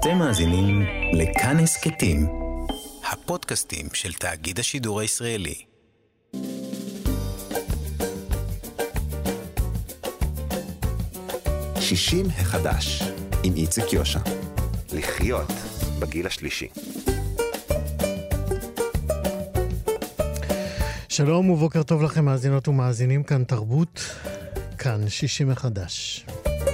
אתם מאזינים לכאן הסכתים, הפודקאסטים של תאגיד השידור הישראלי. שישים החדש, עם איציק יושע. לחיות בגיל השלישי. שלום ובוקר טוב לכם מאזינות ומאזינים, כאן תרבות, כאן 60 החדש.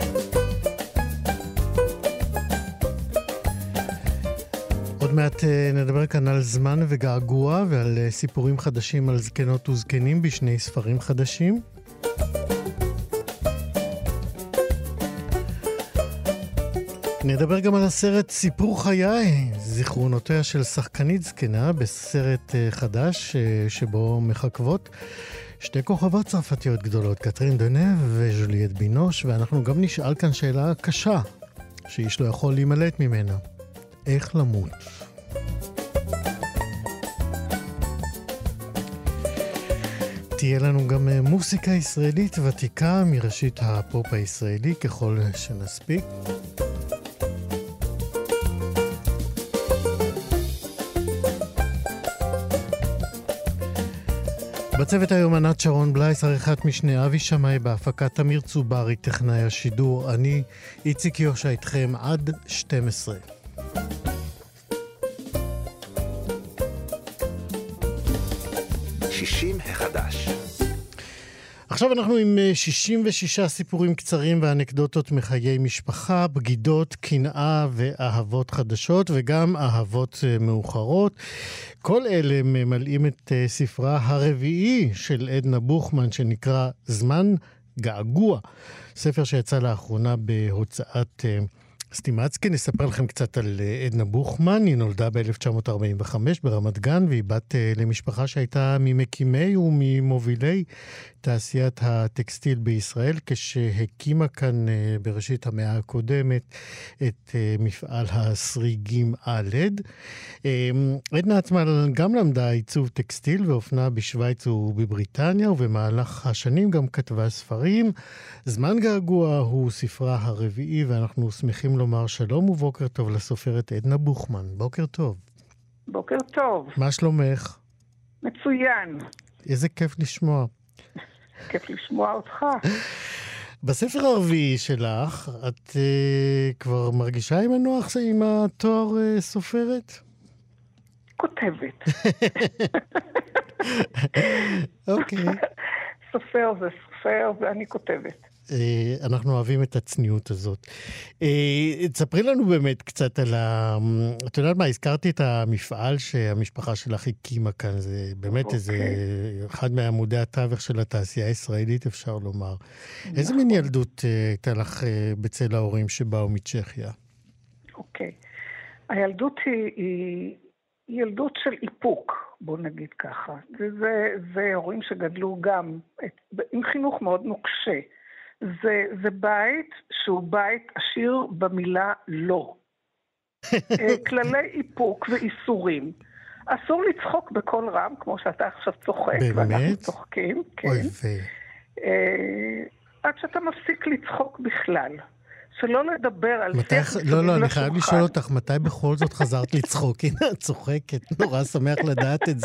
עוד מעט נדבר כאן על זמן וגעגוע ועל סיפורים חדשים על זקנות וזקנים בשני ספרים חדשים. נדבר גם על הסרט סיפור חיי, זיכרונותיה של שחקנית זקנה, בסרט חדש שבו מחכבות שתי כוכבות צרפתיות גדולות, קטרין דנב וז'וליאט בינוש, ואנחנו גם נשאל כאן שאלה קשה, שאיש לא יכול להימלט ממנה. איך למות? תהיה לנו גם מוסיקה ישראלית ותיקה מראשית הפופ הישראלי ככל שנספיק. בצוות היום ענת שרון בלייס, עריכת משנה אבי שמאי, בהפקת תמיר צוברי, טכנאי השידור. אני איציק יושע איתכם עד 12. שישים החדש. עכשיו אנחנו עם 66 סיפורים קצרים ואנקדוטות מחיי משפחה, בגידות, קנאה ואהבות חדשות וגם אהבות מאוחרות. כל אלה ממלאים את ספרה הרביעי של עדנה בוכמן שנקרא זמן געגוע. ספר שיצא לאחרונה בהוצאת סטימצקי. נספר לכם קצת על עדנה בוכמן. היא נולדה ב-1945 ברמת גן, והיא בת למשפחה שהייתה ממקימי וממובילי תעשיית הטקסטיל בישראל, כשהקימה כאן בראשית המאה הקודמת את מפעל הסריגים אלד. עדנה עצמה גם למדה עיצוב טקסטיל ואופנה בשוויץ ובבריטניה, ובמהלך השנים גם כתבה ספרים. זמן געגוע הוא ספרה הרביעי, ואנחנו שמחים לומר שלום ובוקר טוב לסופרת עדנה בוכמן. בוקר טוב. בוקר טוב. מה שלומך? מצוין. איזה כיף לשמוע. כיף לשמוע אותך. בספר הרביעי שלך, את כבר מרגישה עם הנוח עם התואר סופרת? כותבת. אוקיי. סופר זה סופר ואני כותבת. אנחנו אוהבים את הצניעות הזאת. תספרי לנו באמת קצת על את יודעת מה, הזכרתי את המפעל שהמשפחה שלך הקימה כאן, זה באמת איזה אחד מעמודי התווך של התעשייה הישראלית, אפשר לומר. איזה מין ילדות הייתה לך בצל ההורים שבאו מצ'כיה? אוקיי. הילדות היא ילדות של איפוק, בוא נגיד ככה. זה הורים שגדלו גם עם חינוך מאוד נוקשה. זה בית שהוא בית עשיר במילה לא. כללי איפוק ואיסורים. אסור לצחוק בכל רם, כמו שאתה עכשיו צוחק. באמת? ואנחנו צוחקים, כן. אוי עד שאתה מפסיק לצחוק בכלל. שלא לדבר על שיח. לא, אני חייב לשאול אותך, מתי בכל זאת חזרת לצחוק? הנה, את צוחקת, נורא שמח לדעת את זה.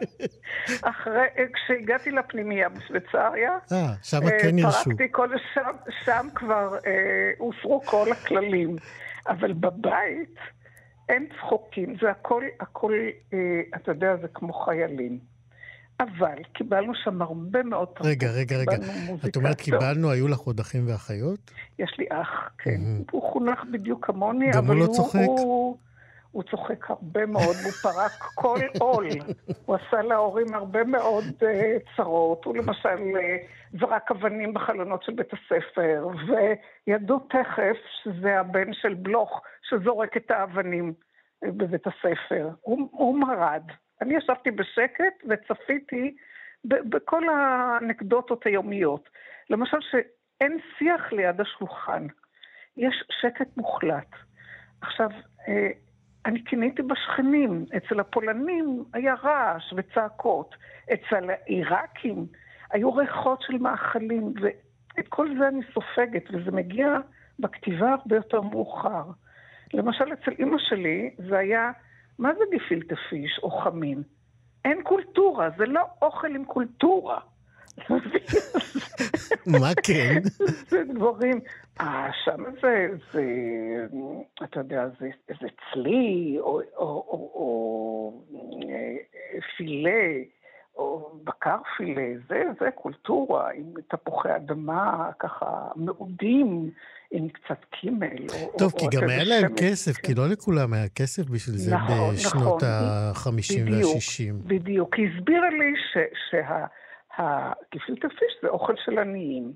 כשהגעתי לפנימייה בשוויצריה, שם כן ירשו. פרקתי שם כבר הוסרו כל הכללים. אבל בבית אין צחוקים, זה הכל, אתה יודע, זה כמו חיילים. אבל קיבלנו שם הרבה מאוד תרבות. רגע. את אומרת קיבלנו, היו לך עוד אחים ואחיות? יש לי אח, כן. הוא חונך בדיוק כמוני, גם הוא לא צוחק? הוא צוחק הרבה מאוד, הוא פרק כל עול. הוא עשה להורים הרבה מאוד צרות. הוא למשל זרק אבנים בחלונות של בית הספר, וידעו תכף שזה הבן של בלוך שזורק את האבנים בבית הספר. הוא מרד. אני ישבתי בשקט וצפיתי בכל האנקדוטות היומיות. למשל שאין שיח ליד השולחן. יש שקט מוחלט. עכשיו, אני כיניתי בשכנים. אצל הפולנים היה רעש וצעקות. אצל העיראקים היו ריחות של מאכלים. ואת כל זה אני סופגת, וזה מגיע בכתיבה הרבה יותר מאוחר. למשל, אצל אמא שלי זה היה, מה זה גפילטע פיש או חמין? אין קולטורה, זה לא אוכל עם קולטורה. מה כן? זה דברים, שם זה, אתה יודע, זה צלי, או פילה, או בקר פילה, זה קולטורה, עם תפוחי אדמה, ככה, מעודים, עם קצת קימל. טוב, כי גם היה להם כסף, כי לא לכולם היה כסף בשביל זה בשנות ה-50 וה-60. בדיוק, כי הסבירה לי הגפילטע פיש זה אוכל של עניים,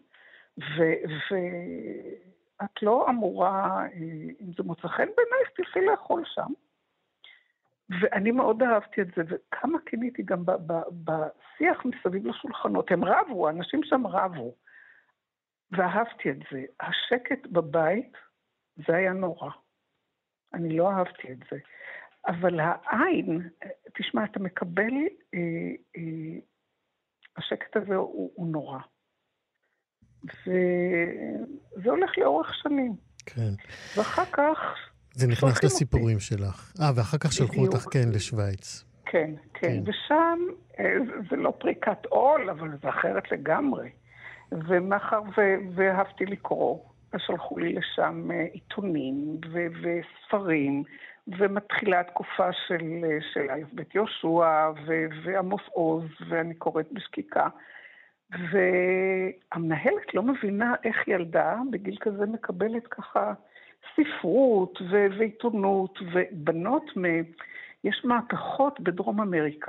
ואת לא אמורה, אם זה מוצא חן בעינייך, תלכי לאכול שם. ואני מאוד אהבתי את זה, וכמה קניתי גם בשיח מסביב לשולחנות. הם רבו, האנשים שם רבו, ואהבתי את זה. השקט בבית, זה היה נורא. אני לא אהבתי את זה. אבל העין, תשמע, אתה מקבל, השקט הזה הוא נורא. וזה הולך לאורך שנים. כן. ואחר כך... זה נכנס לסיפורים שלך. ואחר כך שלחו אותך, כן, לשוויץ. כן. ושם זה לא פריקת עול, אבל זה אחרת לגמרי. ומאחר ואהבתי לקרוא, שלחו לי לשם עיתונים וספרים, ומתחילה התקופה של בית יהושע ועמוס עוז, ואני קוראת בשקיקה. והמנהלת לא מבינה איך ילדה בגיל כזה מקבלת ככה ספרות ועיתונות, ובנות יש מהפכות בדרום אמריקה.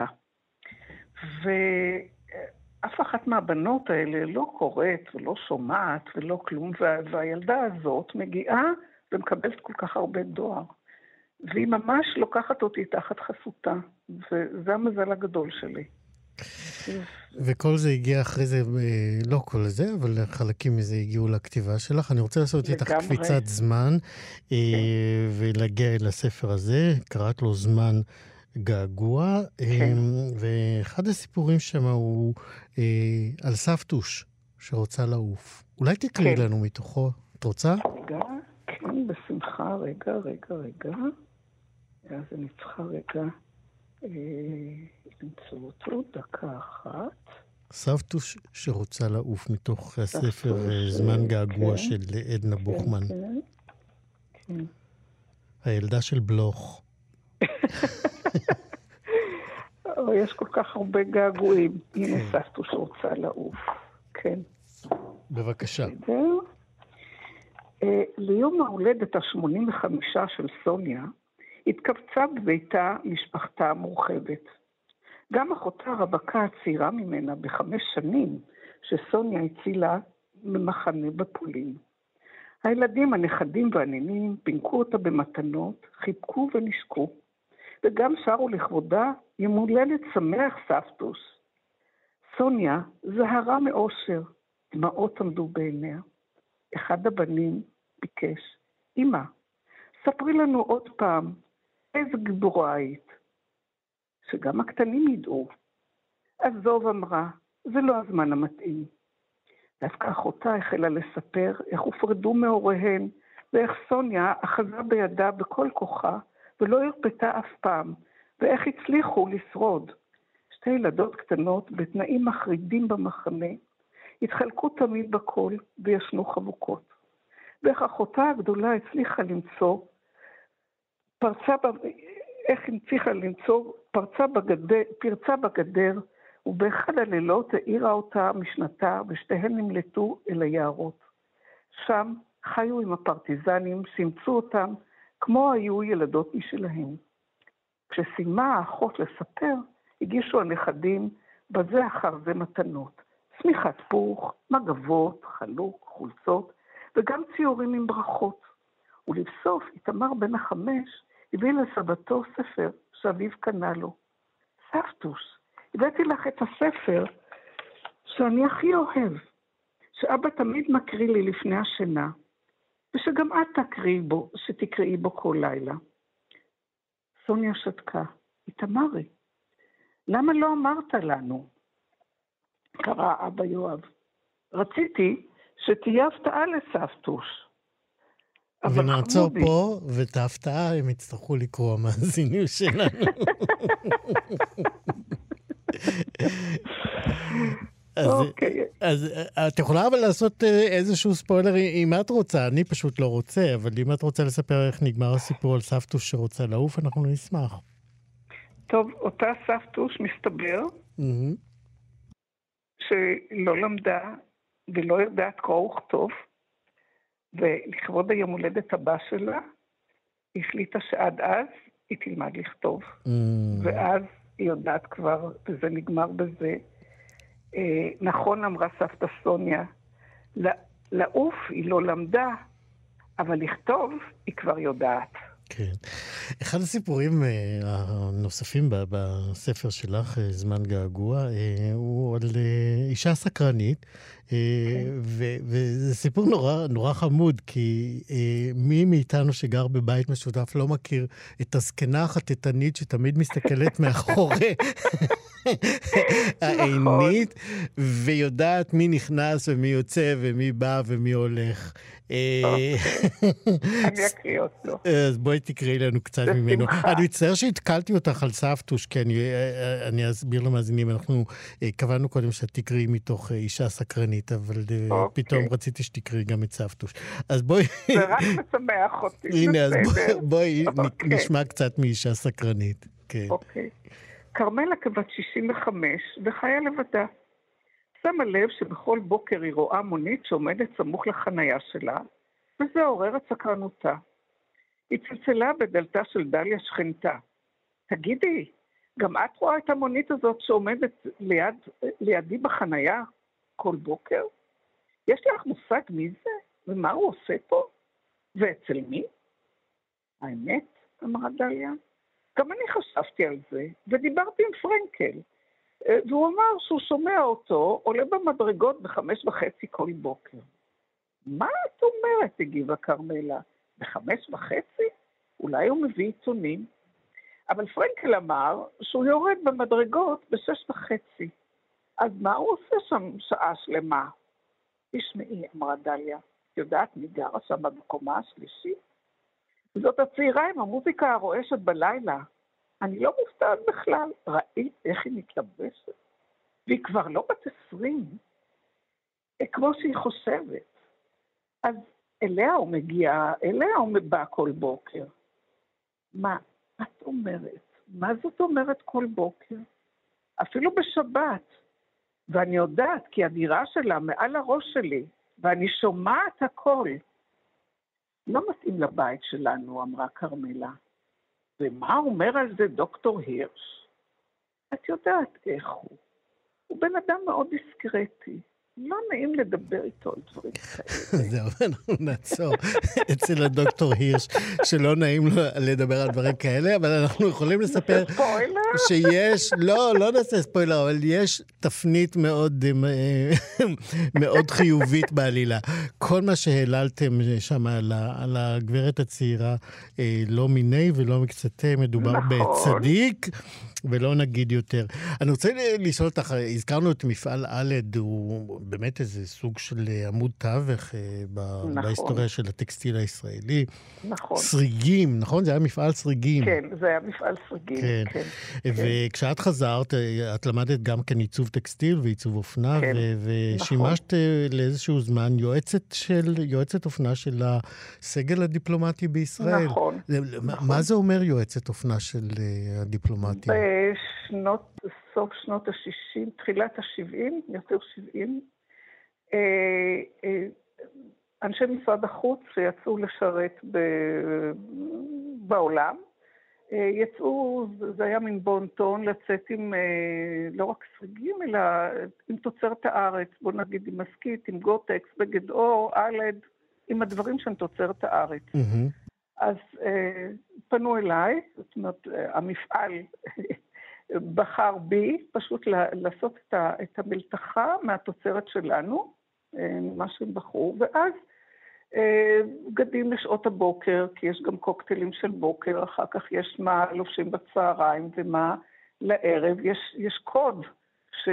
ואף אחת מהבנות האלה לא קוראת ולא שומעת ולא כלום, והילדה הזאת מגיעה ומקבלת כל כך הרבה דואר. והיא ממש לוקחת אותי תחת חסותה, וזה המזל הגדול שלי. וכל זה הגיע אחרי זה, לא כל זה, אבל חלקים מזה הגיעו לכתיבה שלך. אני רוצה לעשות איתך קפיצת זמן, ולהגיע אל הספר הזה, קראת לו זמן געגוע, ואחד הסיפורים שם הוא על סבתוש שרוצה לעוף. אולי תקראי לנו מתוכו, את רוצה? רגע, כן, בשמחה, רגע. אז אני צריכה רגע למצוא אותו, דקה אחת. סבתוש שרוצה לעוף, מתוך הספר זמן געגוע של עדנה בוכמן. כן. הילדה של בלוך. יש כל כך הרבה געגועים. הנה סבתוש שרוצה לעוף. כן. בבקשה. ליום ההולדת ה-85 של סוניה, התקבצה בביתה משפחתה המורחבת. גם אחותה רווקה הצעירה ממנה ב5 שנים, שסוניה הצילה ממחנה בפולין. הילדים, הנכדים והנינים, פינקו אותה במתנות, חיבקו ונשקו, וגם שרו לכבודה יום הולדת שמח סבתוש. סוניה זהרה מאושר, דמעות עמדו בעיניה. אחד הבנים ביקש, אמא, ספרי לנו עוד פעם, איזה גיבורה היית. שגם הקטנים ידעו. עזוב אמרה, זה לא הזמן המתאים. דווקא אחותה החלה לספר איך הופרדו מהוריהן, ואיך סוניה אחזה בידה בכל כוחה, ולא הרפתה אף פעם, ואיך הצליחו לשרוד. 2 ילדות קטנות בתנאים מחרידים במחנה, התחלקו תמיד בכל וישנו חבוקות. ואיך אחותה הגדולה הצליחה למצוא, פרצה בגדר, ובאחד הלילות העירה אותה משנתה, ושתיהן נמלטו אל היערות. שם חיו עם הפרטיזנים, שימצו אותם כמו היו ילדות משלהם. כשסיימה האחות לספר, הגישו הנכדים בזה אחר זה מתנות. סמיכת פוך, מגבות, חלוק, חולצות, וגם ציורים עם ברכות. ולבסוף, איתמר בן 5 הביא לסבתו ספר שאביו קנה לו. סבתוש, הבאתי לך את הספר שאני הכי אוהב, שאבא תמיד מקריא לי לפני השינה, ושגם את שתקראי בו כל לילה. סוניה שתקה, איתמרי, למה לא אמרת לנו? קרא אבא יואב. רציתי שתהיה הפתעה לסבתוש. ונעצור פה, ואת ההפתעה הם יצטרכו לקרוא מהזינים שלנו. אז את יכולה אבל לעשות איזשהו ספוילר אם את רוצה, אני פשוט לא רוצה, אבל אם את רוצה לספר איך נגמר הסיפור על סבתוש שרוצה לעוף, אנחנו נשמח. טוב, אותה סבתוש מסתבר שלא למדה ולא ידעת קרוא וכתוב, ולכבוד היום הולדת הבא שלה, היא החליטה שעד אז היא תלמד לכתוב. ואז היא יודעת כבר, וזה נגמר בזה. נכון אמרה סבתא סוניה, לעוף היא לא למדה, אבל לכתוב היא כבר יודעת. כן. אחד הסיפורים הנוספים בספר שלך, זמן געגוע, הוא על אישה סקרנית, וזה סיפור נורא חמוד, כי מי מאיתנו שגר בבית משותף לא מכיר את הזקנה החטטנית שתמיד מסתכלת מאחורי העינית, ויודעת מי נכנס ומי יוצא ומי בא ומי הולך. אני אקריא אותו. אז בואי תקראי לנו קצת ממנו. אני מצטער שהתקלתי אותך על סבתוש, כי אני אסביר למאזינים, אנחנו קבענו קודם שאת תקראי מתוך אישה סקרנית, אבל פתאום רציתי שתקראי גם את סבתוש. אז בואי... זה רק משמח אותי. הנה, אז בואי נשמע קצת מאישה סקרנית. אוקיי. כרמלה כבת 65 וחיה לבדה. שמה לב שבכל בוקר היא רואה מונית שעומדת סמוך לחנייה שלה, וזה עורר את סקרנותה. היא צלצלה בדלתה של דליה שכנתה. תגידי, גם את רואה את המונית הזאת שעומדת לידי בחנייה כל בוקר? יש לך מושג מי זה? ומה הוא עושה פה? ואצל מי? האמת, אמרה דליה, גם אני חשבתי על זה, ודיברתי עם פרנקל. והוא אמר שהוא שומע אותו, עולה במדרגות 5:30 כל בוקר. מה את אומרת? הגיבה כרמלה. 5:30? אולי הוא מביא עיתונים. אבל פרנקל אמר שהוא יורד במדרגות 6:30. אז מה הוא עושה שם שעה שלמה? תשמעי, אמרה דליה, יודעת מי גרה שם בקומה השלישית? זאת הצעירה עם המוזיקה הרועשת בלילה. אני לא מופתעת בכלל. ראית איך היא מתלבשת? והיא כבר לא בת 20, כמו שהיא חושבת. אז אליה הוא מגיע, אליה הוא בא כל בוקר. מה את אומרת? מה זאת אומרת כל בוקר? אפילו בשבת. ואני יודעת, כי הדירה שלה מעל הראש שלי, ואני שומעת הכל. לא מתאים לבית שלנו, אמרה כרמלה. ומה אומר על זה דוקטור הירש? את יודעת איך הוא. הוא בן אדם מאוד דיסקרטי. לא נעים לדבר איתו על דברים כאלה. זהו, אנחנו נעצור אצל הדוקטור הירש, שלא נעים לדבר על דברים כאלה, אבל אנחנו יכולים לספר שיש, לא נעשה ספוילר, אבל יש תפנית מאוד חיובית בעלילה. כל מה שהעללתם שם על הגברת הצעירה, לא מיני ולא מקצתי, מדובר בצדיק, ולא נגיד יותר. אני רוצה לשאול אותך, הזכרנו את מפעל אלד, הוא באמת איזה סוג של עמוד תווך בהיסטוריה של הטקסטיל הישראלי. נכון. סריגים, נכון? זה היה מפעל סריגים. כן, זה היה מפעל סריגים. כן. וכשאת חזרת, את למדת גם כן עיצוב טקסטיל ועיצוב אופנה, ושימשת לאיזשהו זמן יועצת אופנה של הסגל הדיפלומטי בישראל. נכון. מה זה אומר יועצת אופנה של הדיפלומטים? סוף שנות ה-60, תחילת ה-70, יותר 70, אנשי משרד החוץ שיצאו לשרת בעולם, יצאו, זה היה מין בונטון, לצאת עם לא רק סריגים, אלא עם תוצרת הארץ, בוא נגיד עם מסקית, עם גוטקס, בגד אור, אלד, עם הדברים שהם תוצרת הארץ. אז פנו אליי, זאת אומרת, המפעל בחר בי, פשוט לעשות את המלתחה מהתוצרת שלנו, מה שהם בחרו, ואז בגדים לשעות הבוקר, כי יש גם קוקטיילים של בוקר, אחר כך יש מה לובשים בצהריים ומה לערב, יש קוד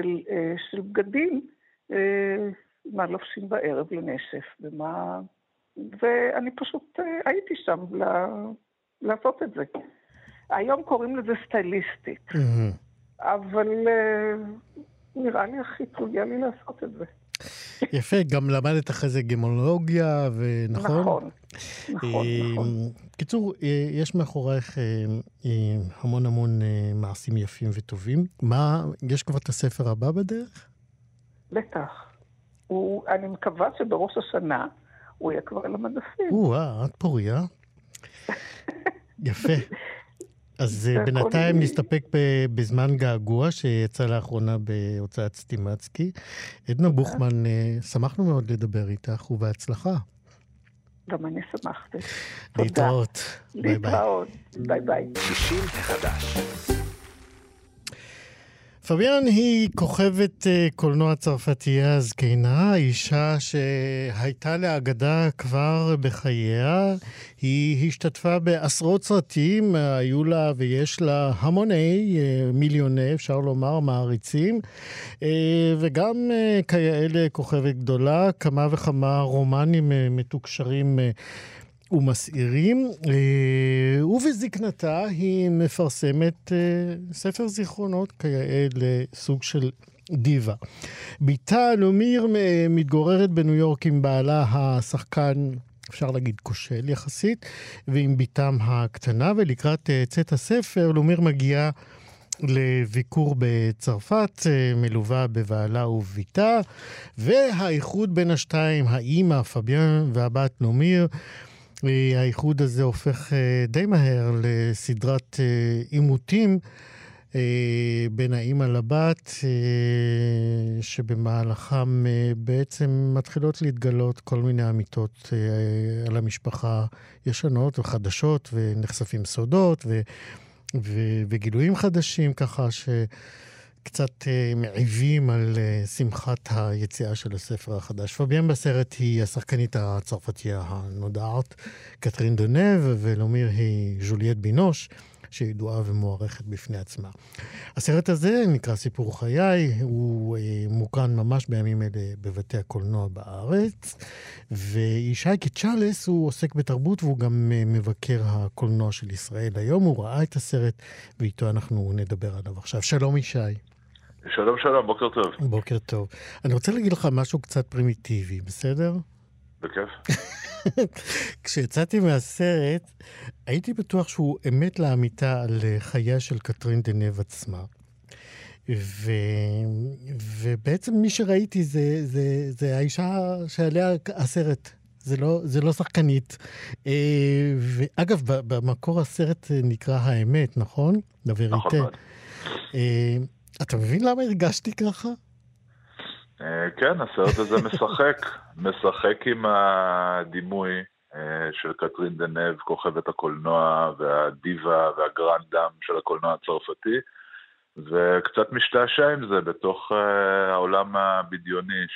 של בגדים, מה לובשים בערב לנשף, ומה ואני פשוט הייתי שם לעשות את זה. היום קוראים לזה סטייליסטית, אבל נראה לי הכי טבעי לי לעשות את זה. יפה, גם למדת אחרי זה גמולוגיה, ונכון? נכון, נכון. קיצור, יש מאחורייך המון מעשים יפים וטובים. יש כבר את הספר הבא בדרך? בטח. אני מקווה שבראש השנה הוא יהיה כבר על המדפים. את פוריה. יפה. אז בינתיים נסתפק בזמן געגוע שיצא לאחרונה בהוצאת סטימצקי. עדנה בוכמן, שמחנו מאוד לדבר איתך ובהצלחה. גם אני שמחתי. להתראות. ביי ביי. ביי ביי. 60 החדש. פביאן היא כוכבת קולנוע צרפתייה זקנה, אישה שהייתה לאגדה כבר בחייה. היא השתתפה בעשרות סרטים, היו לה ויש לה המוני, מיליוני, אפשר לומר, מעריצים, וגם כאלה כוכבת גדולה, כמה וכמה רומנים מתוקשרים ומסעירים, ובזקנתה היא מפרסמת ספר זיכרונות כיאה לסוג של דיבה. ביתה לומיר מתגוררת בניו יורק עם בעלה השחקן, אפשר להגיד כושל יחסית, ועם ביתם הקטנה, ולקראת צאת הספר לומיר מגיעה לביקור בצרפת, מלווה בבעלה וביתה, והאיחוד בין השתיים, האמא פביאן והבת לומיר, האיחוד הזה הופך די מהר לסדרת עימותים בין האמא לבת, שבמהלכם בעצם מתחילות להתגלות כל מיני אמיתות על המשפחה ישנות וחדשות, ונחשפים סודות וגילויים חדשים, ככה שקצת מעיבים על שמחת היציאה של הספר החדש. פביאן בסרט היא השחקנית הצרפתייה הנודעת, קטרין דנב, ולומיר היא ז'וליאט בינוש, שידועה ומוערכת בפני עצמה. הסרט הזה נקרא סיפור חיי, הוא מוקרן ממש בימים אלה בבתי הקולנוע בארץ, וישי קצ'לס הוא עוסק בתרבות והוא גם מבקר הקולנוע של ישראל. היום הוא ראה את הסרט ואיתו אנחנו נדבר עליו עכשיו. שלום ישי. שלום, בוקר טוב. בוקר טוב. אני רוצה להגיד לך משהו קצת פרימיטיבי, בסדר? בכיף. כשיצאתי מהסרט, הייתי בטוח שהוא אמת לאמיתה על חייה של קטרין דנב עצמה. ובעצם מי שראיתי זה האישה שעליה הסרט. זה לא שחקנית. ואגב, במקור הסרט נקרא האמת, נכון? נכון מאוד. אתה מבין למה הרגשתי ככה? כן, הסרט הזה משחק עם הדימוי של קטרין דנב, כוכבת הקולנוע והדיבה והגרנדם של הקולנוע הצרפתי, וקצת משתעשע עם זה בתוך העולם הבדיוני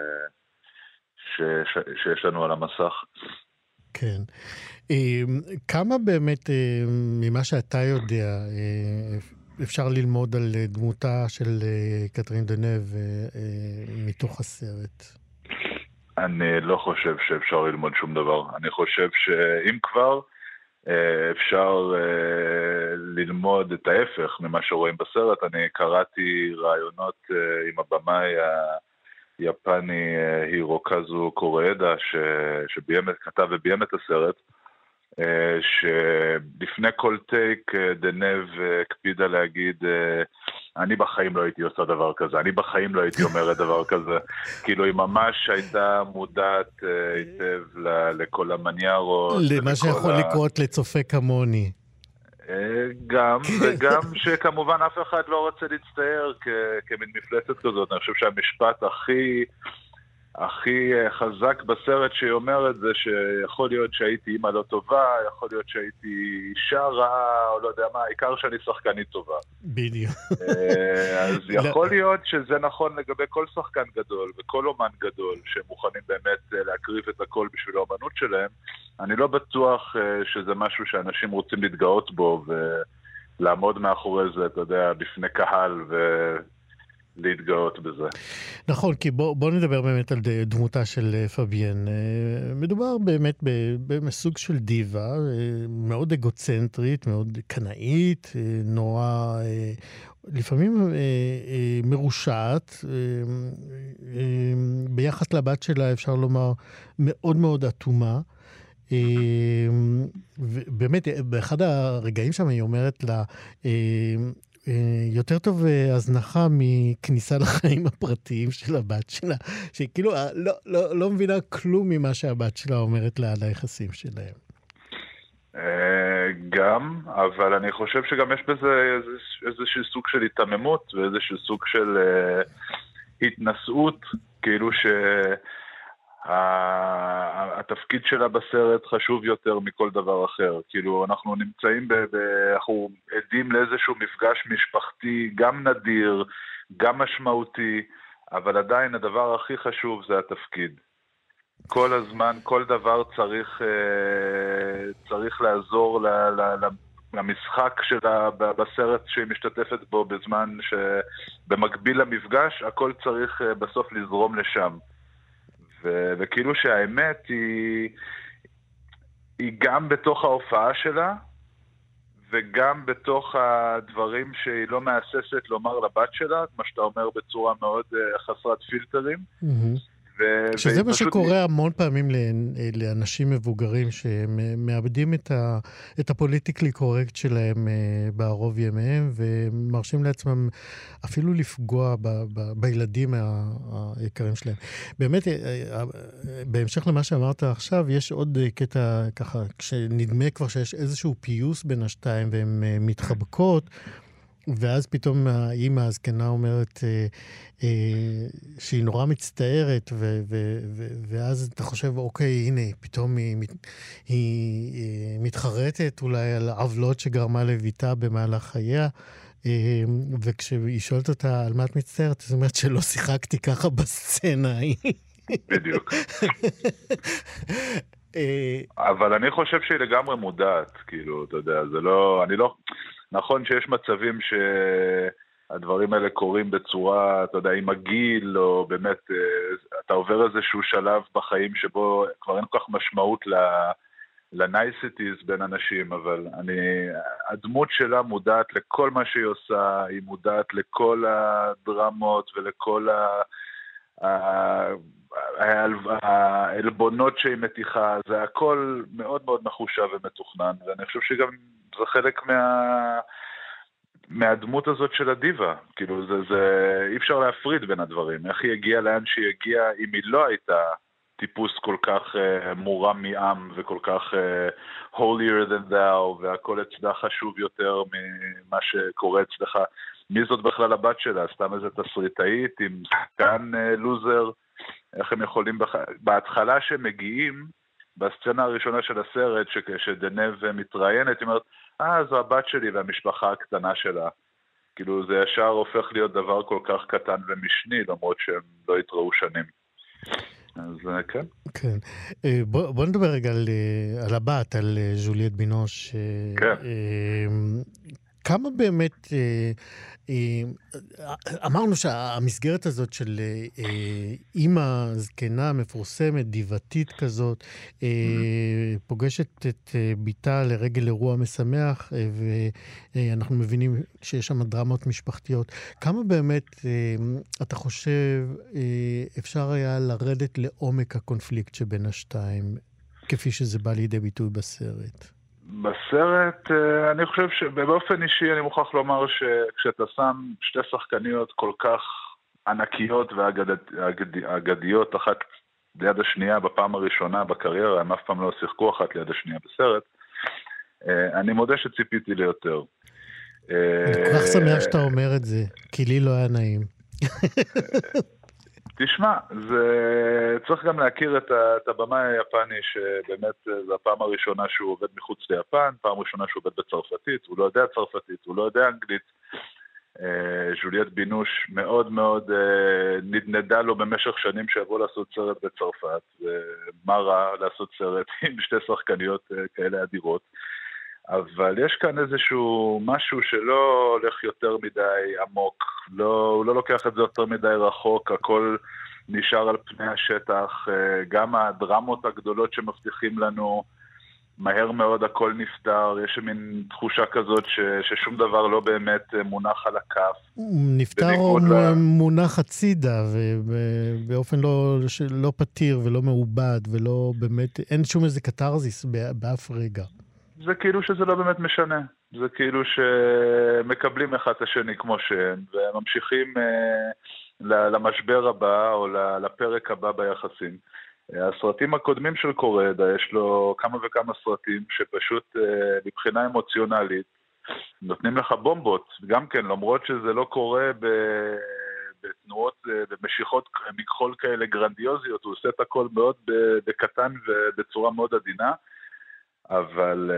שיש לנו על המסך. כן. כמה באמת ממה שאתה יודע אפשר ללמוד על דמותה של קטרין דנב מתוך הסרט? אני לא חושב שאפשר ללמוד שום דבר. אני חושב שאם כבר אפשר ללמוד את ההפך ממה שרואים בסרט. אני קראתי רעיונות עם הבמאי היפני הירוקזו קוריאדה שכתב וביים את הסרט, שלפני כל טייק דנב הקפידה להגיד אני בחיים לא הייתי עושה דבר כזה, אני בחיים לא הייתי אומרת דבר כזה. כאילו היא ממש הייתה מודעת היטב לכל המניירות, למה שיכול לקרות לצופה כמוני. גם, וגם שכמובן אף אחד לא רוצה להצטייר כמין מפלצת כזאת. אני חושב שהמשפט הכי חזק בסרט שהיא אומרת זה שיכול להיות שהייתי אימא לא טובה, יכול להיות שהייתי אישה רעה, או לא יודע מה, העיקר שאני שחקנית טובה. בדיוק. אז יכול להיות שזה נכון לגבי כל שחקן גדול וכל אומן גדול שמוכנים באמת להקריב את הכל בשביל האומנות שלהם. אני לא בטוח שזה משהו שאנשים רוצים להתגאות בו ולעמוד מאחורי זה, אתה יודע, בפני קהל להתגאות בזה. נכון, כי בוא נדבר באמת על דמותה של פביאן. מדובר באמת בסוג של דיבה, מאוד אגוצנטרית, מאוד קנאית, נורא, לפעמים מרושעת. ביחס לבת שלה אפשר לומר מאוד מאוד אטומה. ובאמת, באחד הרגעים שם היא אומרת לה, יותר טוב הזנחה מכניסה לחיים הפרטיים של הבת שלה, שהיא כאילו לא מבינה כלום ממה שהבת שלה אומרת לה על היחסים שלהם. גם, אבל אני חושב שגם יש בזה איזשהו סוג של התעממות, ואיזשהו סוג של התנסות, כאילו התפקיד שלה בסרט חשוב יותר מכל דבר אחר. כאילו אנחנו נמצאים אנחנו עדים לאיזשהו מפגש משפחתי, גם נדיר, גם משמעותי, אבל עדיין הדבר הכי חשוב זה התפקיד. כל הזמן, כל דבר צריך לעזור למשחק שלה בסרט שהיא משתתפת בו, בזמן שבמקביל למפגש הכל צריך בסוף לזרום לשם. וכאילו שהאמת היא גם בתוך ההופעה שלה, וגם בתוך הדברים שהיא לא מאססת לומר לבת שלה, מה שאתה אומר בצורה מאוד חסרת פילטרים. שזה מה שקורה המון פעמים לאנשים מבוגרים שהם מאבדים את הפוליטיקלי קורקט שלהם בערוב ימיהם, ומרשים לעצמם אפילו לפגוע בילדים היקרים שלהם. באמת, בהמשך למה שאמרת עכשיו, יש עוד קטע ככה, כשנדמה כבר שיש איזשהו פיוס בין השתיים והן מתחבקות, ואז פתאום האמא הזקנה אומרת שהיא נורא מצטערת, ואז אתה חושב, אוקיי, הנה, פתאום היא מתחרטת אולי על עוולות שגרמה לביתה במהלך חייה, וכשהיא שואלת אותה על מה את מצטערת, זאת אומרת שלא שיחקתי ככה בסצנה. בדיוק. אבל אני חושב שהיא לגמרי מודעת, כאילו, אתה יודע, זה לא, אני לא, נכון שיש מצבים שהדברים האלה קורים בצורה, אתה יודע, עם הגיל, או באמת, אתה עובר איזשהו שלב בחיים שבו כבר אין כל כך משמעות לנייסיטיז בין אנשים, אבל הדמות שלה מודעת לכל מה שהיא עושה, היא מודעת לכל הדרמות ולכל העלבונות שהיא מתיחה, זה הכל מאוד מאוד מחושב ומתוכנן, ואני חושב שגם זה חלק מהדמות הזאת של הדיבה. כאילו אי אפשר להפריד בין הדברים. איך היא הגיעה לאן שהיא הגיעה, אם היא לא הייתה טיפוס כל כך מורם מעם וכל כך holier than thou, והכל אצלה חשוב יותר ממה שקורה אצלך. מי זאת בכלל הבת שלה? סתם איזה תסריטאית עם שחקן לוזר? איך הם יכולים בהתחלה שהם מגיעים, בסצנה הראשונה של הסרט, שדנב מתראיינת, היא אומרת, זו הבת שלי והמשפחה הקטנה שלה. כאילו זה ישר הופך להיות דבר כל כך קטן ומשני, למרות שהם לא התראו שנים. אז כן. כן. בוא נדבר רגע על הבת, על ז'וליאט בינוש. כן. כמה באמת, אמרנו שהמסגרת הזאת של אימא זקנה מפורסמת, דיבתית כזאת, פוגשת את ביתה לרגל אירוע משמח, ואנחנו מבינים שיש שם דרמות משפחתיות. כמה באמת אתה חושב אפשר היה לרדת לעומק הקונפליקט שבין השתיים, כפי שזה בא לידי ביטוי בסרט? בסרט, אני חושב שבאופן אישי אני מוכרח לומר שכשאתה שם שתי שחקניות כל כך ענקיות ואגדיות אחת ליד השנייה בפעם הראשונה בקריירה, הם אף פעם לא שיחקו אחת ליד השנייה בסרט, אני מודה שציפיתי ליותר. אני כל כך שמח שאתה אומר את זה, כי לי לא היה נעים. תשמע, צריך גם להכיר את הבמאי היפני, שבאמת זו הפעם הראשונה שהוא עובד מחוץ ליפן, פעם ראשונה שהוא עובד בצרפתית, הוא לא יודע צרפתית, הוא לא יודע אנגלית. ז'וליאט בינוש מאוד מאוד נדנדה לו במשך שנים שיבוא לעשות סרט בצרפת, ומה רע לעשות סרט עם שתי שחקניות כאלה אדירות. אבל יש כאן איזשהו משהו שלא הולך יותר מדי עמוק, הוא לא לוקח את זה יותר מדי רחוק, הכל נשאר על פני השטח, גם הדרמות הגדולות שמבטיחים לנו, מהר מאוד הכל נפטר, יש מין תחושה כזאת ששום דבר לא באמת מונח על הכף. נפטר או מונח הצידה, ובאופן לא פתיר ולא מעובד, ולא באמת, אין שום איזה קטרזיס באף רגע. זה כאילו שזה לא באמת משנה. זה כאילו שמקבלים אחד את השני כמו שהם, וממשיכים למשבר הבא או לפרק הבא ביחסים. הסרטים הקודמים של קורדה, יש לו כמה וכמה סרטים שפשוט מבחינה אמוציונלית נותנים לך בומבות, גם כן, למרות שזה לא קורה בתנועות, במשיכות מכחול כאלה גרנדיוזיות, הוא עושה את הכל מאוד בקטן ובצורה מאוד עדינה, אבל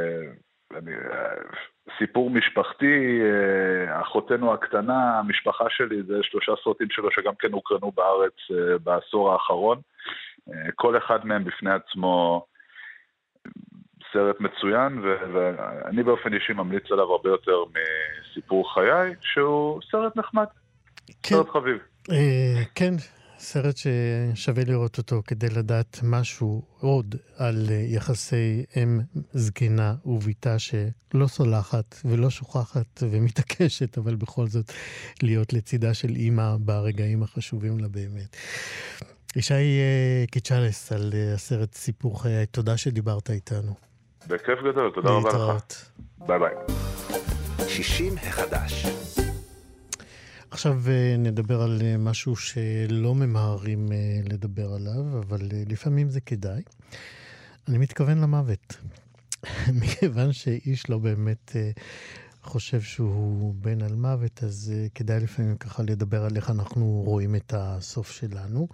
סיפור משפחתי, אחותנו הקטנה, המשפחה שלי, זה 3 סרטים שלו שגם כן הוקרנו בארץ בעשור האחרון, כל אחד מהם בפני עצמו סרט מצוין, ואני באופן אישי ממליץ עליו הרבה יותר מסיפור חיי, שהוא סרט נחמד, סרט חביב. כן, סרט ששווה לראות אותו כדי לדעת משהו עוד על יחסי אם זקנה וביתה שלא סולחת ולא שוכחת ומתעקשת, אבל בכל זאת להיות לצידה של אימא ברגעים החשובים לה באמת. ישי קיצ'לס על הסרט סיפור חיי, תודה שדיברת איתנו. בכיף גדול, תודה רבה לך. ביי ביי. 60 החדש. עכשיו נדבר על משהו שלא ממהרים לדבר עליו, אבל לפעמים זה כדאי. אני מתכוון למוות. מכיוון שאיש לא באמת חושב שהוא בן על מוות, אז כדאי לפעמים ככה לדבר על איך אנחנו רואים את הסוף שלנו,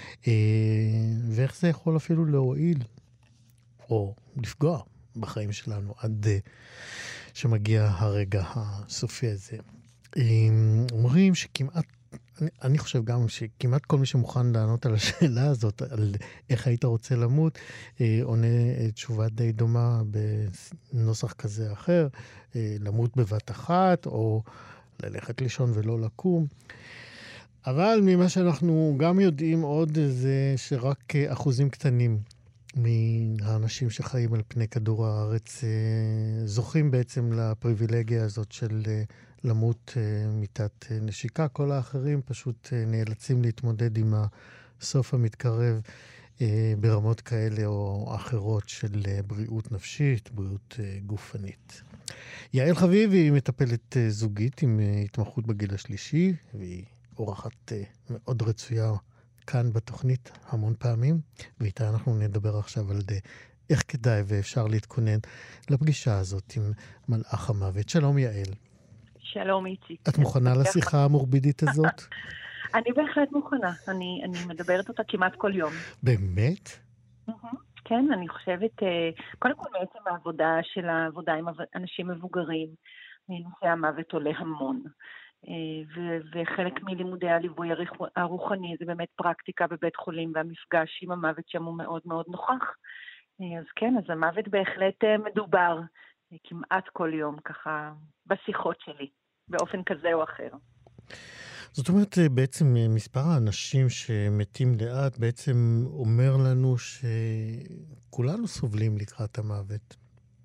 ואיך זה יכול אפילו להועיל, או לפגוע בחיים שלנו, עד שמגיע הרגע הסופי הזה. אומרים שכמעט, אני חושב גם שכמעט כל מי שמוכן לענות על השאלה הזאת, על איך היית רוצה למות, עונה תשובה די דומה בנוסח כזה אחר, למות בבת אחת, או ללכת לישון ולא לקום. אבל ממה שאנחנו גם יודעים עוד, זה שרק אחוזים קטנים מהאנשים שחיים על פני כדור הארץ זוכים בעצם לפריבילגיה הזאת של למות מיטת נשיקה. כל האחרים פשוט נאלצים להתמודד עם הסוף המתקרב ברמות כאלה או אחרות של בריאות נפשית, בריאות גופנית. יעל חביבי היא מטפלת זוגית עם התמחות בגיל השלישי, והיא אורחת מאוד רצויה כאן בתוכנית המון פעמים, ואיתה אנחנו נדבר עכשיו על איך כדאי ואפשר להתכונן לפגישה הזאת עם מלאך המוות. שלום יעל. שלום איציק. את מוכנה לשיחה המורבידית הזאת? אני בהחלט מוכנה. אני מדברת אותה כמעט כל יום. באמת? כן, אני חושבת, קודם כל בעצם העבודה של העבודה עם אנשים מבוגרים, נושא המוות עולה המון. וחלק מלימודי הליווי הרוחני זה באמת פרקטיקה בבית חולים, והמפגש עם המוות שם הוא מאוד מאוד נוכח. אז כן, אז המוות בהחלט מדובר כמעט כל יום ככה בשיחות שלי, באופן כזה או אחר. זאת אומרת, בעצם מספר האנשים שמתים לאט בעצם אומר לנו שכולנו סובלים לקראת המוות.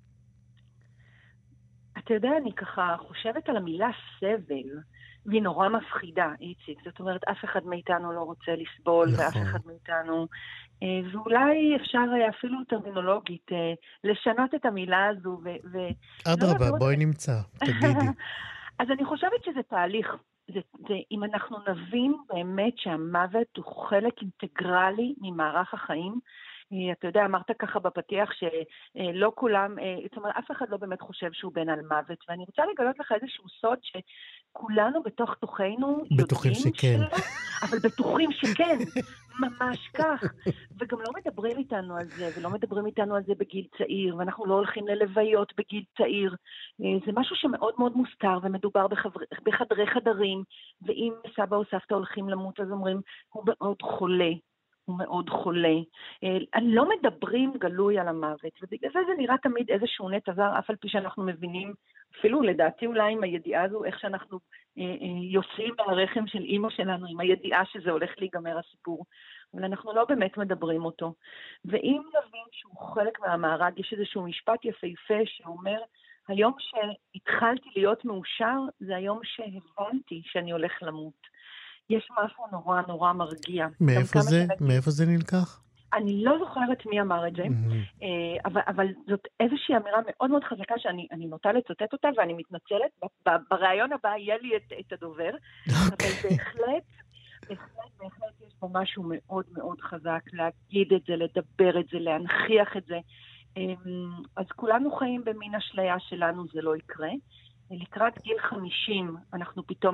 אתה יודע, אני ככה חושבת על המילה סבל, והיא נורא מפחידה, איציק. זאת אומרת, אף אחד מאיתנו לא רוצה לסבול, נכון. ואף אחד מאיתנו... ואולי אפשר אפילו טרמינולוגית לשנות את המילה הזו. אדרבה, בואי נמצא, תגידי. אז אני חושבת שזה תהליך. אם אנחנו נבין באמת שהמוות הוא חלק אינטגרלי ממערך החיים, אתה יודע, אמרת ככה בפתיח שלא כולם, זאת אומרת, אף אחד לא באמת חושב שהוא בן על מוות, ואני רוצה לגלות לך איזשהו סוד שכולנו בתוך תוכנו בטוחים שכן. אבל בטוחים שכן, ממש כך. וגם לא מדברים איתנו על זה, ולא מדברים איתנו על זה בגיל צעיר, ואנחנו לא הולכים ללוויות בגיל צעיר. זה משהו שמאוד מאוד מוסתר, ומדובר בחדרי חדרים, ואם סבא או סבתא הולכים למות, אז אומרים, הוא מאוד חולה. הוא מאוד חולה. לא מדברים גלוי על המוות, ובגלל זה נראה תמיד איזשהו נטע זר, אף על פי שאנחנו מבינים, אפילו לדעתי אולי עם הידיעה הזו, איך שאנחנו יוצאים מהרחם של אמא שלנו, עם הידיעה שזה הולך להיגמר הסיפור, אבל אנחנו לא באמת מדברים אותו. ואם נבין שהוא חלק מהמארג, יש איזשהו משפט יפהפה שאומר, היום שהתחלתי להיות מאושר, זה היום שהבנתי שאני הולך למות. יש משהו נורא נורא מרגיע. מאיפה זה נלקח? אני לא זוכרת מי אמר את זה, אבל זאת איזושהי אמירה מאוד מאוד חזקה שאני נוטה לצטט אותה, ואני מתנצלת, ברעיון הבא יהיה לי את הדובר, אבל בהחלט יש פה משהו מאוד מאוד חזק, להגיד את זה, לדבר את זה, להנכיח את זה. אז כולנו חיים במין אשליה שלנו, זה לא יקרה. לקראת גיל 50 אנחנו פתאום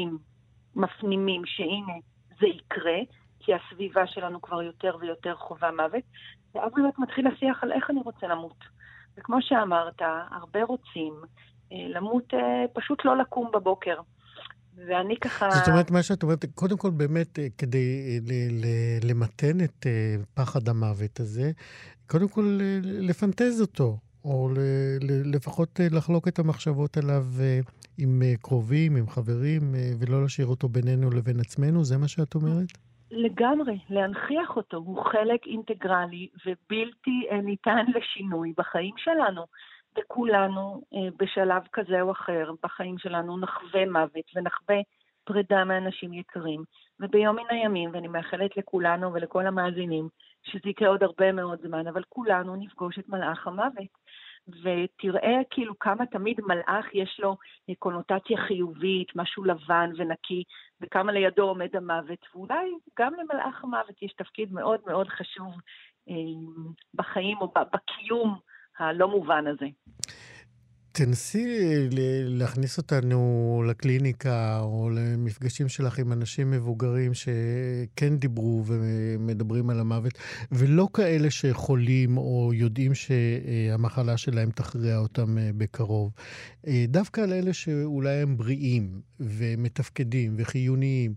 מפנימים שהנה זה יקרה, כי הסביבה שלנו כבר יותר ויותר חובה מוות, ואז באמת מתחיל השיח על איך אני רוצה למות. וכמו שאמרת, הרבה רוצים למות, פשוט לא לקום בבוקר. ואני ככה... זאת אומרת, מה שאת אומרת, קודם כל באמת, כדי למתן את פחד המוות הזה, קודם כל לפנטז אותו, או לפחות לחלוק את המחשבות עליו עם קרובים, עם חברים, ולא להשאיר אותו בינינו לבין עצמנו, זה מה שאת אומרת? לגמרי, להנכיח אותו, הוא חלק אינטגרלי ובלתי ניתן לשינוי בחיים שלנו. וכולנו בשלב כזה או אחר בחיים שלנו נחווה מוות ונחווה פרידה מאנשים יקרים. וביום מן הימים, ואני מאחלת לכולנו ולכל המאזינים, שזה יקרה עוד הרבה מאוד זמן, אבל כולנו נפגוש את מלאך המוות. ותראה כאילו כמה תמיד מלאך יש לו קונוטציה חיובית, משהו לבן ונקי, וכמה לידו עומד המוות. ואולי גם למלאך המוות יש תפקיד מאוד מאוד חשוב בחיים או בקיום הלא מובן הזה. תנסי להכניס אותנו לקליניקה או למפגשים שלך עם אנשים מבוגרים שכן דיברו ומדברים על המוות, ולא כאלה שחולים או יודעים שהמחלה שלהם תכריע אותם בקרוב. דווקא על אלה שאולי הם בריאים ומתפקדים וחיוניים,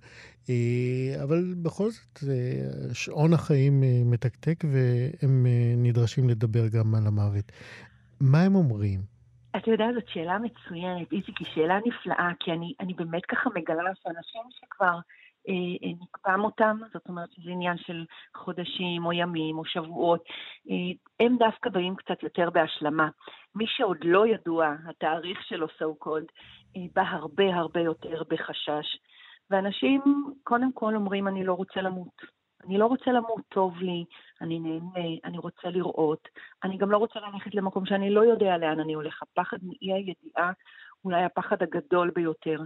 אבל בכל זאת שעון החיים מתקתק והם נדרשים לדבר גם על המוות. מה הם אומרים? אתה יודע, זאת שאלה מצוינת, איציק, היא שאלה נפלאה, כי אני באמת ככה מגלה שאנשים שכבר נקפם אותם, זאת אומרת, זה עניין של חודשים או ימים או שבועות, הם דווקא באים קצת יותר בהשלמה. מי שעוד לא ידוע, התאריך שלו so called, בא הרבה הרבה יותר בחשש. ואנשים קודם כל אומרים, אני לא רוצה למות. אני לא רוצה למות, טוב לי, אני נהנה, אני רוצה לראות, אני גם לא רוצה ללכת למקום שאני לא יודע לאן אני הולך. הפחד מאי הידיעה, אולי הפחד הגדול ביותר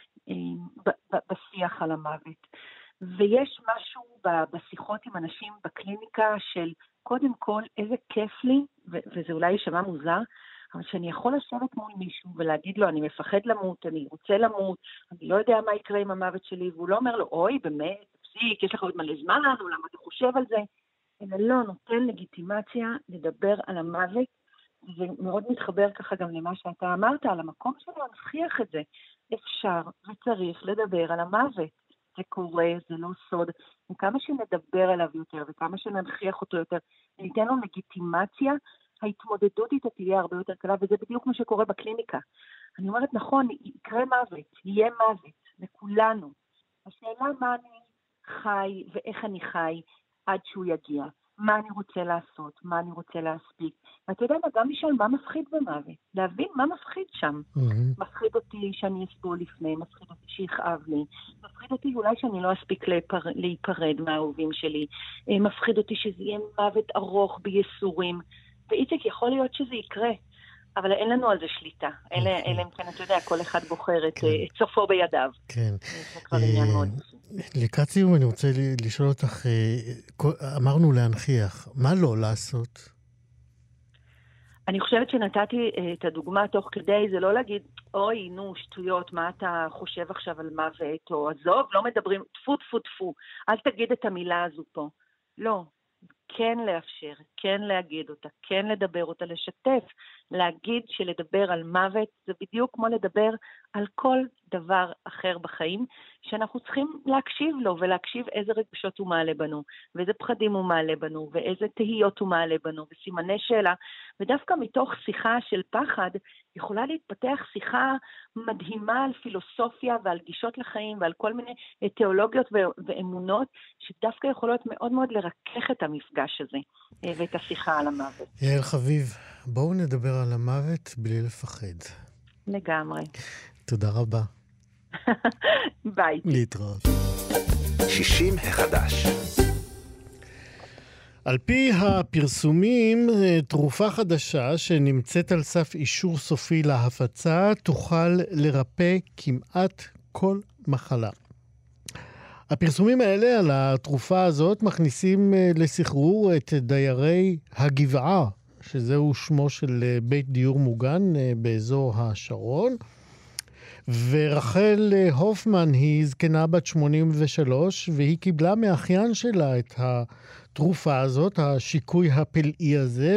בשיח על המוות. ויש משהו בשיחות עם אנשים בקליניקה של קודם כל איזה כיף לי, וזה אולי יישמע מוזר, אבל שאני יכול לשבת מול מישהו ולהגיד לו, אני מפחד למות, אני רוצה למות, אני לא יודע מה יקרה עם המוות שלי, והוא לא אומר לו, אוי, באמת, תפסיק, יש לך עוד מלא זמן, או למה אתה חושב על זה, אלא לא, נותן לגיטימציה לדבר על המוות, ומאוד מתחבר ככה גם למה שאתה אמרת, על המקום שלו, להנכיח את זה. אפשר וצריך לדבר על המוות. זה קורה, זה לא סוד, וכמה שנדבר עליו יותר, וכמה שננכיח אותו יותר, וניתן לו לגיטימציה, ההתמודדות איתה תהיה הרבה יותר קלה, וזה בדיוק מה שקורה בקליניקה. אני אומרת, נכון, יקרה מוות, יהיה מוות, לכולנו. השאלה מה אני חי ואיך אני חי עד שהוא יגיע. מה אני רוצה לעשות, מה אני רוצה להספיק. ואתה יודע מה, גם לשאול מה מפחיד במוות. להבין מה מפחיד שם. מפחיד אותי שאני אסבול לפני, מפחיד אותי שיכאב לי, מפחיד אותי אולי שאני לא אספיק להיפרד מהאהובים שלי, מפחיד אותי שזה יהיה מוות ארוך בייסורים. ואיציק, יכול להיות שזה יקרה, אבל אין לנו על זה שליטה. אלה אם כן, אתה יודע, כל אחד בוחר את סופו בידיו. כן. זה כבר עניין מאוד. לקראת סיום אני רוצה לשאול אותך, אמרנו להנכיח, מה לא לעשות? אני חושבת שנתתי את הדוגמה תוך כדי, זה לא להגיד, אוי, נו, שטויות, מה אתה חושב עכשיו על מוות, או עזוב, לא מדברים, טפו, טפו, טפו, אל תגיד את המילה הזו פה. לא. כן לאפשר, כן להגיד אותה, כן לדבר אותה, לשתף, להגיד שלדבר על מוות זה בדיוק כמו לדבר על כל דבר אחר בחיים, שאנחנו צריכים להקשיב לו, ולהקשיב איזה רגשות הוא מעלה בנו, ואיזה פחדים הוא מעלה בנו, ואיזה תהיות הוא מעלה בנו, וסימני שאלה, ודווקא מתוך שיחה של פחד, יכולה להתפתח שיחה מדהימה על פילוסופיה, ועל גישות לחיים, ועל כל מיני תיאולוגיות ואמונות, שדווקא יכולות מאוד מאוד לרכך את המפגש הזה, ואת השיחה על המוות. יעל חביב, בואו נדבר על המוות בלי לפחד. לגמרי. תודה רבה. ביי. להתראות. 60 החדש. על פי הפרסומים, תרופה חדשה שנמצאת על סף אישור סופי להפצה תוכל לרפא כמעט כל מחלה. הפרסומים האלה על התרופה הזאת מכניסים לסחרור את דיירי הגבעה, שזהו שמו של בית דיור מוגן באזור השרון. ורחל הופמן היא זקנה בת 83, והיא קיבלה מאחיין שלה את התרופה הזאת, השיקוי הפלאי הזה,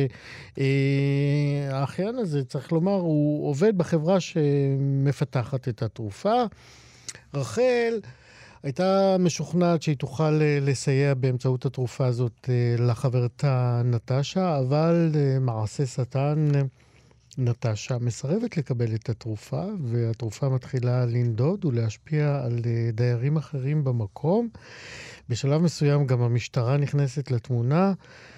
והאחיין הזה, צריך לומר, הוא עובד בחברה שמפתחת את התרופה. רחל הייתה משוכנעת שהיא תוכל לסייע באמצעות התרופה הזאת לחברתה נטשה, אבל מעשה שטן, נטשה מסרבת לקבל את התרופה, והתרופה מתחילה לנדוד ולהשפיע על דיירים אחרים במקום. בשלב מסוים גם המשטרה נכנסת לתמונה,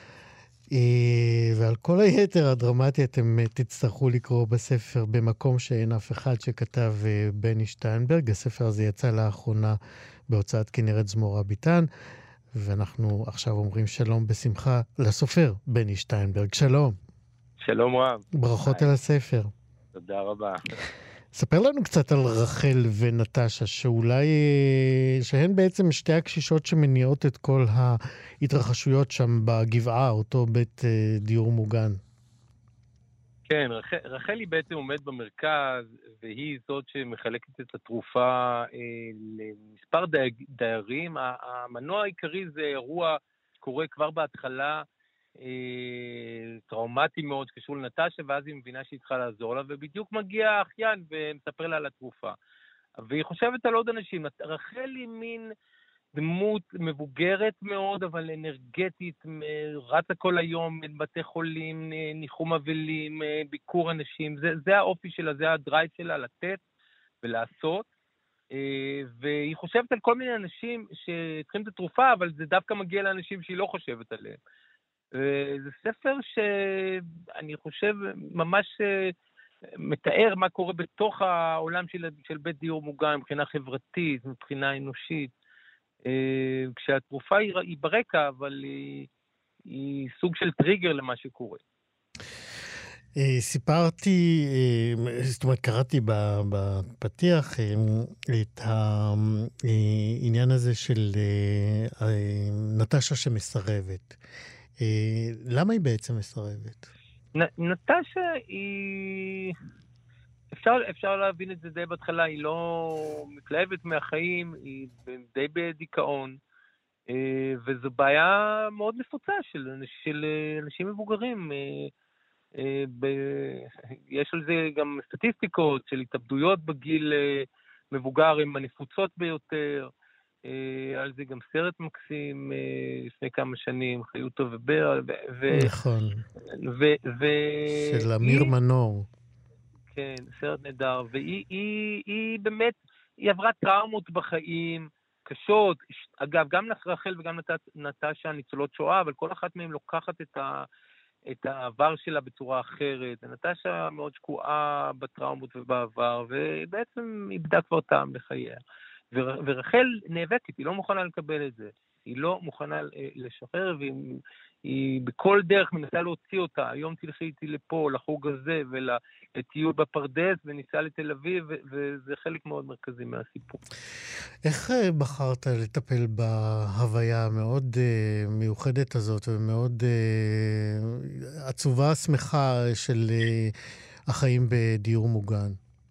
ועל כל היתר הדרמטי אתם תצטרכו לקרוא בספר במקום שאין אף אחד, שכתב בני שטיינברג. הספר הזה יצא לאחרונה בהוצאת כנרת זמורה ביטן, ואנחנו עכשיו אומרים שלום בשמחה לסופר בני שטיינברג. שלום. שלום רב. ברכות על הספר. תודה רבה. ספר לנו קצת על רחל ונטשה, שהן בעצם שתי הקשישות שמניעות את כל ההתרחשויות שם בגבעה, אותו בית דיור מוגן. כן, רחל היא בעצם עומד במרכז, והיא זאת שמחלקת את התרופה למספר דיירים. המנוע העיקרי זה אירוע שקורה כבר בהתחלה, טראומטי מאוד שקשור לנטשה, ואז היא מבינה שהיא צריכה לעזור לה, ובדיוק מגיע האחיין ומספר לה על התרופה. והיא חושבת על עוד אנשים. רחל היא מין דמות מבוגרת מאוד, אבל אנרגטית, רצה כל היום בין בתי חולים, ניחום אבלים, ביקור אנשים. זה האופי שלה, זה הדרייב שלה, לתת ולעשות. והיא חושבת על כל מיני אנשים שצריכים את התרופה, אבל זה דווקא מגיע לאנשים שהיא לא חושבת עליהם. זה ספר שאני חושב ממש מתאר מה קורה בתוך העולם של בית דיור מוגן, מבחינה חברתית, מבחינה אנושית, כשהתרופה היא ברקע, אבל היא סוג של טריגר למה שקורה. סיפרתי, זאת אומרת, קראתי בפתיח את העניין הזה של נטשה שמסרבת. למה היא בעצם מסרבת? נטשה היא... אפשר להבין את זה די בהתחלה, היא לא מתלהבת מהחיים, היא די בדיכאון, וזו בעיה מאוד נפוצה של אנשים מבוגרים. יש על זה גם סטטיסטיקות של התאבדויות בגיל מבוגר, הן הנפוצות ביותר. על זה גם סרט מקסים לפני כמה שנים, חיותו ובר. נכון. של אמיר מנור. כן, סרט נהדר. והיא באמת, היא עברה טראומות בחיים קשות. אגב, גם רחל וגם נטשה ניצולות שואה, אבל כל אחת מהן לוקחת את העבר שלה בצורה אחרת. נטשה מאוד שקועה בטראומות ובעבר, ובעצם איבדה כבר טעם לחייה. ורחל נאבקת, היא לא מוכנה לקבל את זה. היא לא מוכנה לשחרר, והיא בכל דרך מנסה להוציא אותה. היום תלכי איתי לפה, לחוג הזה, ולטיול בפרדס, וניסה לתל אביב, וזה חלק מאוד מרכזי מהסיפור. איך בחרת לטפל בהוויה המאוד מיוחדת הזאת, ומאוד עצובה, שמחה של החיים בדיור מוגן?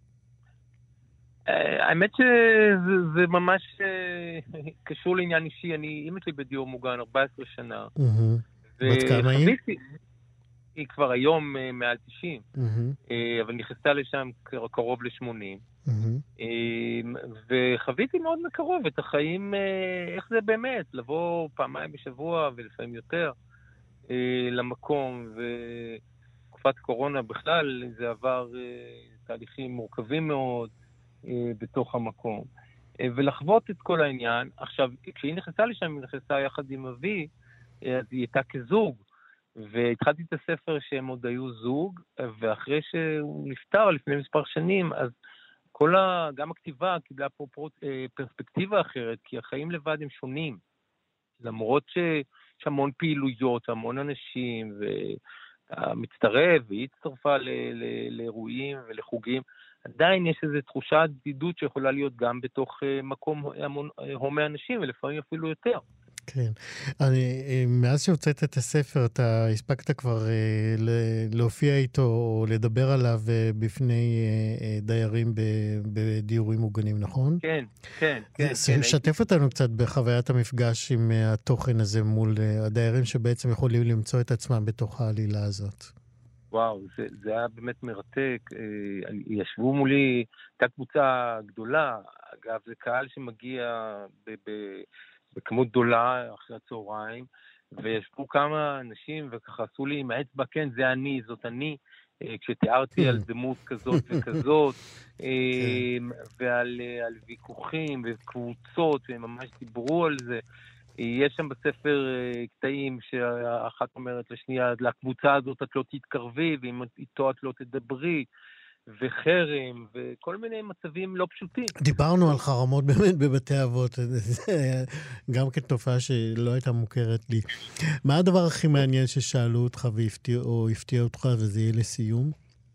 האמת שזה ממש קשור לעניין אישי. אמא שלי בדיור מוגן 14 שנה. בת כמה היא? היא כבר היום מעל 90, אבל נכנסה לשם קרוב ל-80. וחוויתי מאוד מקרוב את החיים, איך זה באמת, לבוא פעמיים בשבוע ולפעמים יותר למקום, ותקופת קורונה בכלל זה עבר תהליכים מורכבים מאוד בתוך המקום, ולחוות את כל העניין. עכשיו, כשהיא נכנסה לשם, היא נכנסה יחד עם אבי, אז היא הייתה כזוג, והתחלתי את הספר שהם עוד היו זוג, ואחרי שהוא נפטר לפני מספר שנים, אז גם הכתיבה קיבלה פה פרספקטיבה אחרת, כי החיים לבד הם שונים. למרות שיש המון פעילויות, המון אנשים, והמצטרף, והיא הצטרפה לאירועים ולחוגים, עדיין יש איזו תחושת בדידות שיכולה להיות גם בתוך מקום הומי אנשים, ולפעמים אפילו יותר. כן. מאז שהוצאת את הספר, אתה הספקת כבר להופיע איתו או לדבר עליו בפני דיירים בדיורים מוגנים, נכון? כן, כן. שתף אותנו קצת בחוויית המפגש עם התוכן הזה מול הדיירים שבעצם יכולים למצוא את עצמם בתוך העלילה הזאת. וואו, זה היה באמת מרתק. ישבו מולי, הייתה קבוצה גדולה, אגב, זה קהל שמגיע בכמות גדולה אחרי הצהריים, וישבו כמה אנשים וככה עשו לי עם האצבע, כן, זה אני, זאת אני, כשתיארתי על דמות כזאת וכזאת, ועל ויכוחים וקבוצות, והם ממש דיברו על זה. יש שם בספר קטעים שאחת אומרת לשנייה, לקבוצה הזאת את לא תתקרבי, ואם איתו את לא תדברי, וחרם, וכל מיני מצבים לא פשוטים. דיברנו על חרמות באמת בבתי אבות, זה גם כתופעה שלא הייתה מוכרת לי. מה הדבר הכי מעניין ששאלו אותך או הפתיע אותך, וזה יהיה לסיום?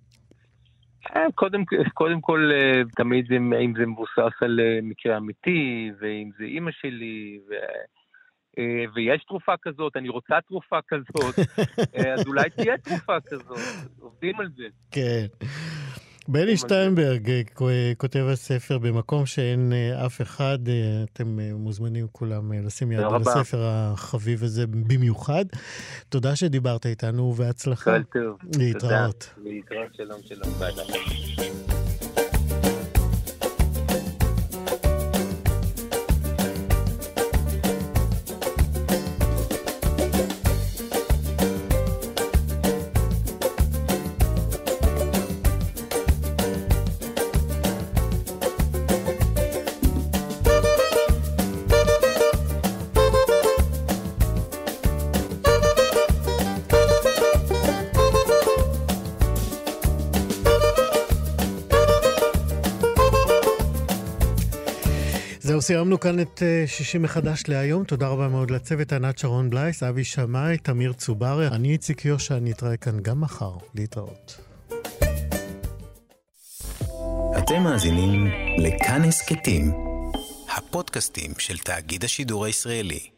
קודם כל, תמיד אם זה מבוסס על מקרה אמיתי, ואם זה אמא שלי, ויש תרופה כזאת, אני רוצה תרופה כזאת, אז אולי תהיה תרופה כזאת, עובדים על זה. כן. בני שטיינברג כותב הספר במקום שאין אף אחד, אתם מוזמנים כולם לשים יד על הספר החביב הזה במיוחד. תודה שדיברת איתנו והצלחה. להתראות. להתראות, שלום. ביי. זהו, סיימנו כאן את 60 מחדש להיום. תודה רבה מאוד לצוות, ענת שרון בלייס, אבי שמאי, תמיר צוברי. אני איציק יושע, נתראה כאן גם מחר. להתראות. אתם מאזינים לכאן הסכתים, הפודקאסטים של תאגיד השידור הישראלי.